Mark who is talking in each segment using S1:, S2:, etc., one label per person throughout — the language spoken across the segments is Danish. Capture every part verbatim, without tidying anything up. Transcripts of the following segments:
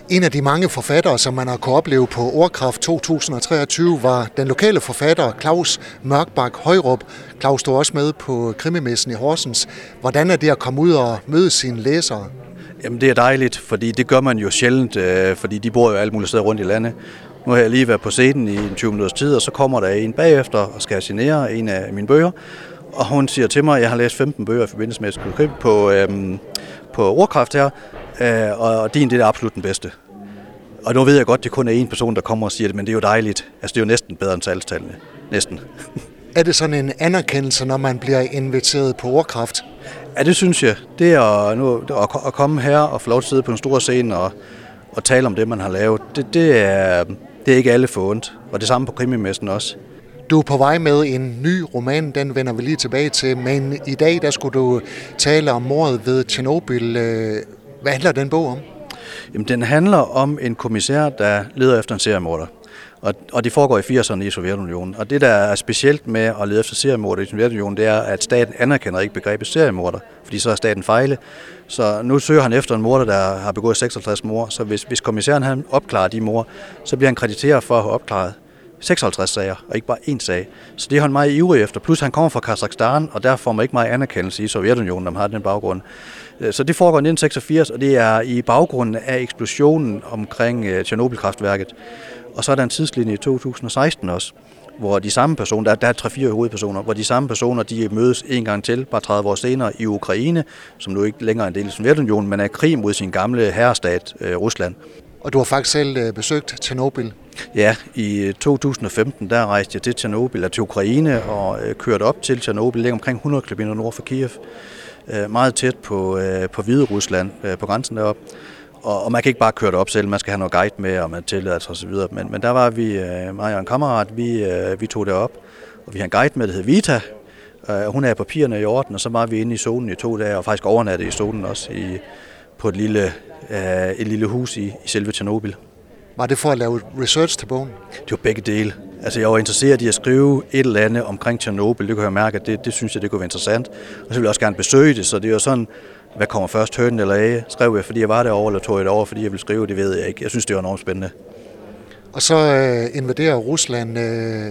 S1: En af de mange forfattere, som man har kunnet opleve på Ordkraft to tusind og treogtyve, var den lokale forfatter Claus Mørkbak Højrup. Claus stod også med på krimimessen i Horsens. Hvordan er det at komme ud og møde sine læsere?
S2: Jamen det er dejligt, fordi det gør man jo sjældent, øh, fordi de bor jo alle mulige steder rundt i landet. Nu har jeg lige været på scenen i en tyve minutters tid, og så kommer der en bagefter og skal signere en af mine bøger. Og hun siger til mig, at jeg har læst femten bøger i forbindelse med skrive på, øhm, på Ordkraft her, øh, og din det er absolut den bedste. Og nu ved jeg godt, at det kun er en person, der kommer og siger det, men det er jo dejligt. Altså det er jo næsten bedre end salgstallene. Næsten.
S1: Er det sådan en anerkendelse, når man bliver inviteret på Ordkraft?
S2: Ja, det synes jeg. Det er at, nu, at komme her og få lov til at sidde på en stor scene og, og tale om det, man har lavet. Det, det, er, det er ikke alle forundt. Og det samme på krimimessen også.
S1: Du er på vej med en ny roman, den vender vi lige tilbage til, men i dag der skulle du tale om mordet ved Tjernobyl. Hvad handler den bog om?
S2: Jamen, den handler om en kommissær, der leder efter en seriemorder. Og, og det foregår i firserne i Sovjetunionen. Og det, der er specielt med at lede efter seriemorder i Sovjetunionen, det er, at staten anerkender ikke begrebet seriemorder, fordi så er staten fejle. Så nu søger han efter en morder, der har begået seksoghalvtreds mord. Så hvis, hvis kommissæren han opklarer de mord, så bliver han krediteret for at have opklaret seksoghalvtreds sager, og ikke bare én sag. Så det er han meget ivrig efter. Plus han kommer fra Kazakhstan, og der får man ikke meget anerkendelse i Sovjetunionen, når man har den baggrund. Så det foregår i nitten seksogfirs, og det er i baggrunden af eksplosionen omkring Tjernobylkraftværket. Og så er der en tidslinje i to tusind og seksten også, hvor de samme personer, der, der er tre-fire hovedpersoner, hvor de samme personer, de mødes en gang til, bare tredive år senere, i Ukraine, som nu ikke længere er en del af Sovjetunionen, men er krig mod sin gamle herrestat, øh, Rusland.
S1: Og du har faktisk selv besøgt Tjernobyl?
S2: Ja, i to tusind og femten, der rejste jeg til Tjernobyl, til Ukraine, og øh, kørte op til Tjernobyl, ligger omkring hundrede kilometer nord for Kiev, øh, meget tæt på, øh, på Hvide Rusland, øh, på grænsen deroppe. Og, og man kan ikke bare køre det op selv, man skal have noget guide med, og man tillader sig osv. Men, men der var vi, øh, mig og en kammerat, vi, øh, vi tog det op, og vi har en guide med, der hedder Vita. Øh, hun er papirerne i orden, og så var vi inde i zonen i to dage, og faktisk overnattede i zonen også i, på et lille, øh, et lille hus i, i selve Tjernobyl.
S1: Var det for at lave research til bogen?
S2: Det var begge dele. Altså jeg var interesseret i at skrive et eller andet omkring Tjernobyl. Det kunne jeg mærke, at det, det synes jeg, det kunne være interessant. Og så ville jeg også gerne besøge det, så det var sådan, hvad kommer først, hønen eller æge? Skrev jeg, fordi jeg var derovre, eller tog jeg det over, fordi jeg ville skrive, det ved jeg ikke. Jeg synes, det var enormt spændende.
S1: Og så øh, invaderer Rusland øh,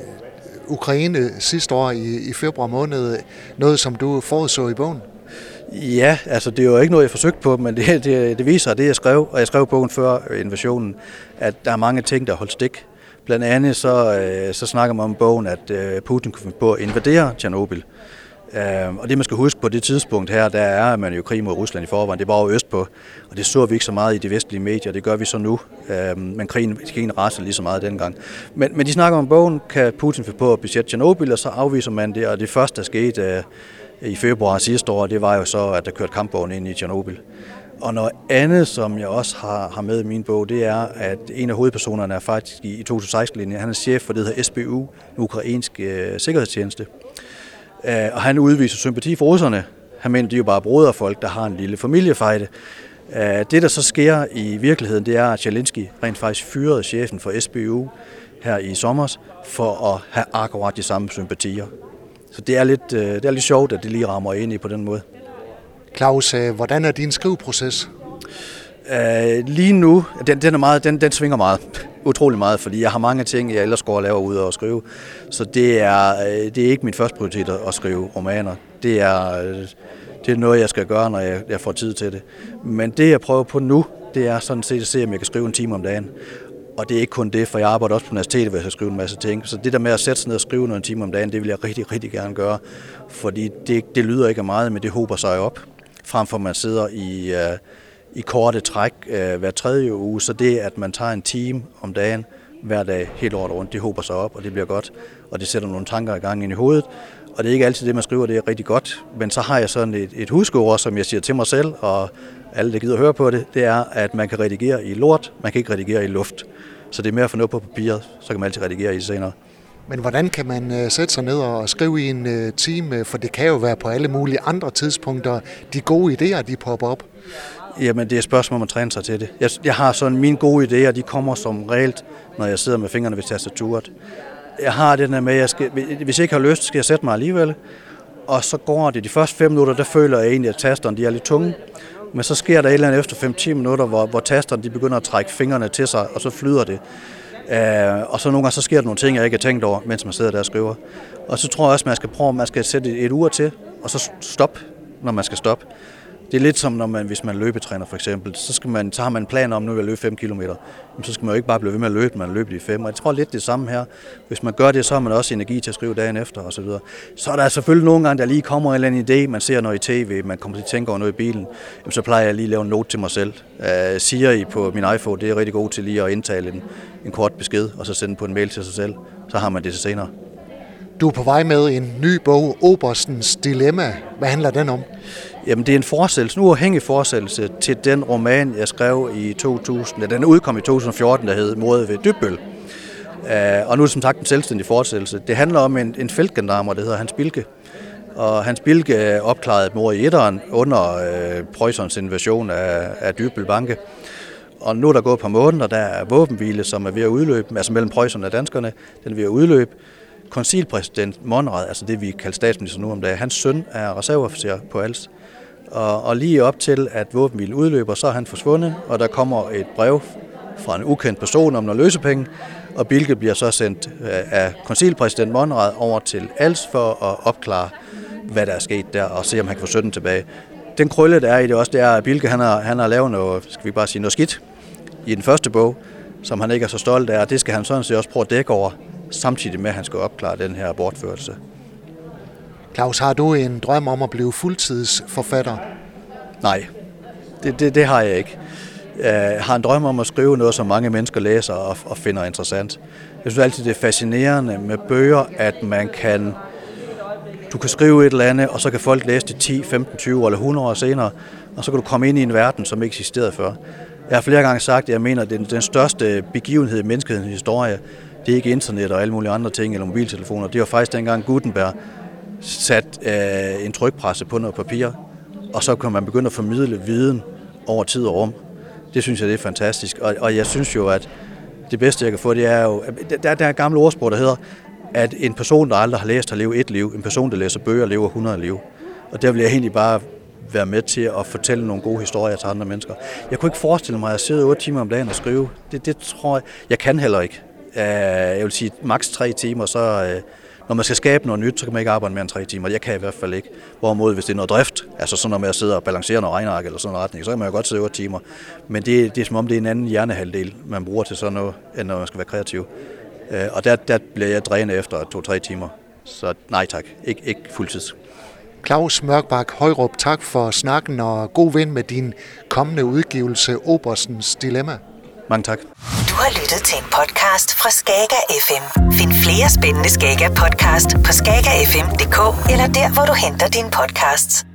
S1: Ukraine sidste år i, i februar måned. Noget, som du forudså i bogen?
S2: Ja, altså det er jo ikke noget, jeg forsøgte på, men det, det, det viser, at det jeg skrev, og jeg skrev bogen før invasionen, at der er mange ting, der holdt stik. Blandt andet så, øh, så snakker man om bogen, at øh, Putin kunne finde på at invadere Tjernobyl. Øh, og det man skal huske på det tidspunkt her, der er man jo krig mod Rusland i forvejen, det var jo østpå, og det så vi ikke så meget i de vestlige medier, det gør vi så nu, øh, men krigen, krigen raser lige så meget dengang. Men, men de snakker om bogen, kan Putin finde på at besætte Tjernobyl, og så afviser man det, og det første, der skete øh, i februar sidste år, det var jo så, at der kørte kampvogn ind i Tjernobyl. Og noget andet, som jeg også har, har med i min bog, det er, at en af hovedpersonerne er faktisk i, i to tusind og seksten-linjen. Han er chef for det, der hedder S B U, den ukrainske øh, sikkerhedstjeneste. Uh, og han udviser sympati for russerne. Han mener, de er jo bare broderfolk, der har en lille familiefejde. Uh, det, der så sker i virkeligheden, det er, at Zelensky rent faktisk fyrede chefen for S B U her i sommer for at have akkurat de samme sympatier. Så det er lidt, uh, det er lidt sjovt, at det lige rammer ind i på den måde.
S1: Claus, hvordan er din skriveproces?
S2: Uh, lige nu, den, den, er meget, den, den svinger meget, utrolig meget, fordi jeg har mange ting, jeg ellers går og laver ud og skrive. Så det er, det er ikke min første prioritet at skrive romaner. Det er, det er noget, jeg skal gøre, når jeg, jeg får tid til det. Men det, jeg prøver på nu, det er sådan set at se, om jeg kan skrive en time om dagen. Og det er ikke kun det, for jeg arbejder også på universitetet, hvor jeg skal skrive en masse ting. Så det der med at sætte sig ned og skrive noget en time om dagen, det vil jeg rigtig, rigtig gerne gøre. Fordi det, det lyder ikke af meget, men det hober sig op. Frem for at man sidder i... Uh, i korte træk øh, hver tredje uge, så det, at man tager en time om dagen hver dag helt året rundt, det hober sig op, og det bliver godt, og det sætter nogle tanker i gang ind i hovedet, og det er ikke altid det, man skriver, det er rigtig godt, men så har jeg sådan et, et huskeord, som jeg siger til mig selv, og alle, der gider høre på det, det er, at man kan redigere i lort, man kan ikke redigere i luft, så det er mere at få noget på papiret, så kan man altid redigere i det senere.
S1: Men hvordan kan man uh, sætte sig ned og skrive i en uh, time, for det kan jo være på alle mulige andre tidspunkter, de gode idéer, de popper op?
S2: Jamen, det er et spørgsmål, om at træne sig til det. Jeg, jeg har sådan, mine gode idéer, de kommer som regelt, når jeg sidder med fingrene ved tastaturet. Jeg har det der med, at jeg skal, hvis jeg ikke har lyst, skal jeg sætte mig alligevel. Og så går det de første fem minutter, der føler jeg egentlig, at tasterne de er lidt tunge. Men så sker der et eller andet efter fem til ti minutter, hvor, hvor tasterne de begynder at trække fingrene til sig, og så flyder det. Uh, og så nogle gange så sker der nogle ting, jeg ikke har tænkt over, mens man sidder der og skriver. Og så tror jeg også, man skal prøve, man skal sætte et, et ur til, og så stoppe, når man skal stoppe. Det er lidt som, når man, hvis man løbetræner for eksempel, så, skal man, så har man en plan om, nu vil jeg løbe fem kilometer. Men så skal man jo ikke bare blive ved med at løbe, man løber de fem. Og jeg tror lidt det samme her. Hvis man gør det, så har man også energi til at skrive dagen efter osv. Så, så er der selvfølgelig nogle gange, der lige kommer en eller anden idé, man ser noget i tv, man kommer til at tænke over noget i bilen. Jamen, så plejer jeg lige at lave en note til mig selv. Uh, siger I på min iPhone, det er rigtig god til lige at indtale en, en kort besked, og så sende på en mail til sig selv. Så har man det til senere.
S1: Du er på vej med en ny bog, Oberstens Dilemma. Hvad handler den om?
S2: Jamen, det er en fortsættelse, en uafhængig fortsættelse til den roman, jeg skrev i to tusind. Den udkom i to tusind og fjorten, der hed Mordet ved Dybbøl. Uh, og nu er det som sagt en selvstændig fortsættelse. Det handler om en, en feltgendarmer, der hedder Hans Bilke. Og Hans Bilke opklarede et mord i etteren under uh, Preussens invasion af, af Dybbøl Banke. Og nu er der gået et par måneder, der er våbenhvile, som er ved at udløbe, altså mellem Preussen og danskerne, den er ved at udløbe. Konsilpræsident Monrad, altså det vi kalder statsminister nu om dagen, hans søn er reserveofficer på Als. Og, og lige op til, at våbenhvilen udløber, så er han forsvundet, og der kommer et brev fra en ukendt person om nogle løsepenge, og Bilke bliver så sendt af konsilpræsident Monrad over til Als for at opklare, hvad der er sket der, og se om han kan få sønnen tilbage. Den krølle, der er i det også, det er, at Bilke han har, han har lavet noget, skal vi bare sige, noget skidt i den første bog, som han ikke er så stolt af, og det skal han sådan set også prøve at dække over, samtidig med, at han skal opklare den her bortførelse.
S1: Claus, har du en drøm om at blive fuldtidsforfatter?
S2: Nej, det, det, det har jeg ikke. Jeg har en drøm om at skrive noget, som mange mennesker læser og, og finder interessant. Jeg synes altid, det er fascinerende med bøger, at man kan, du kan skrive et eller andet, og så kan folk læse det ti, femten, tyve eller hundrede år senere, og så kan du komme ind i en verden, som ikke eksisterede før. Jeg har flere gange sagt, at jeg mener, at den, den største begivenhed i menneskehedens historie, det er ikke internet og alle mulige andre ting, eller mobiltelefoner. Det var faktisk dengang Gutenberg sat øh, en trykpresse på noget papir, og så kan man begynde at formidle viden over tid og rum. Det synes jeg, det er fantastisk. Og, og jeg synes jo, at det bedste, jeg kan få, det er jo... Der, der er et gammelt ordsprog, der hedder, at en person, der aldrig har læst, har levet et liv. En person, der læser bøger, lever hundrede liv. Og der vil jeg egentlig bare være med til at fortælle nogle gode historier til andre mennesker. Jeg kunne ikke forestille mig, at jeg sidder otte timer om dagen og skrive. Det, det tror jeg... Jeg kan heller ikke. Jeg vil sige, maks tre timer, så... Når man skal skabe noget nyt, så kan man ikke arbejde mere end tre timer. Jeg kan i hvert fald ikke. Hvorimod, hvis det er noget drift, altså sådan noget med at sidde og balancere noget regneark eller sådan en retning, så kan man jo godt sidde otte timer. Men det, det er som om, det er en anden hjernehalvdel, man bruger til sådan noget, end når man skal være kreativ. Og der, der bliver jeg drænet efter to-tre timer. Så nej tak, ikke, ikke fuldtids.
S1: Claus Mørkbak Højrup, tak for snakken og god vind med din kommende udgivelse Oberstens Dilemma.
S2: Mange tak.
S3: Du har lyttet til en podcast fra Skager F M. Find flere spændende Skager podcast på skager f m punktum d k eller der, hvor du henter dine podcasts.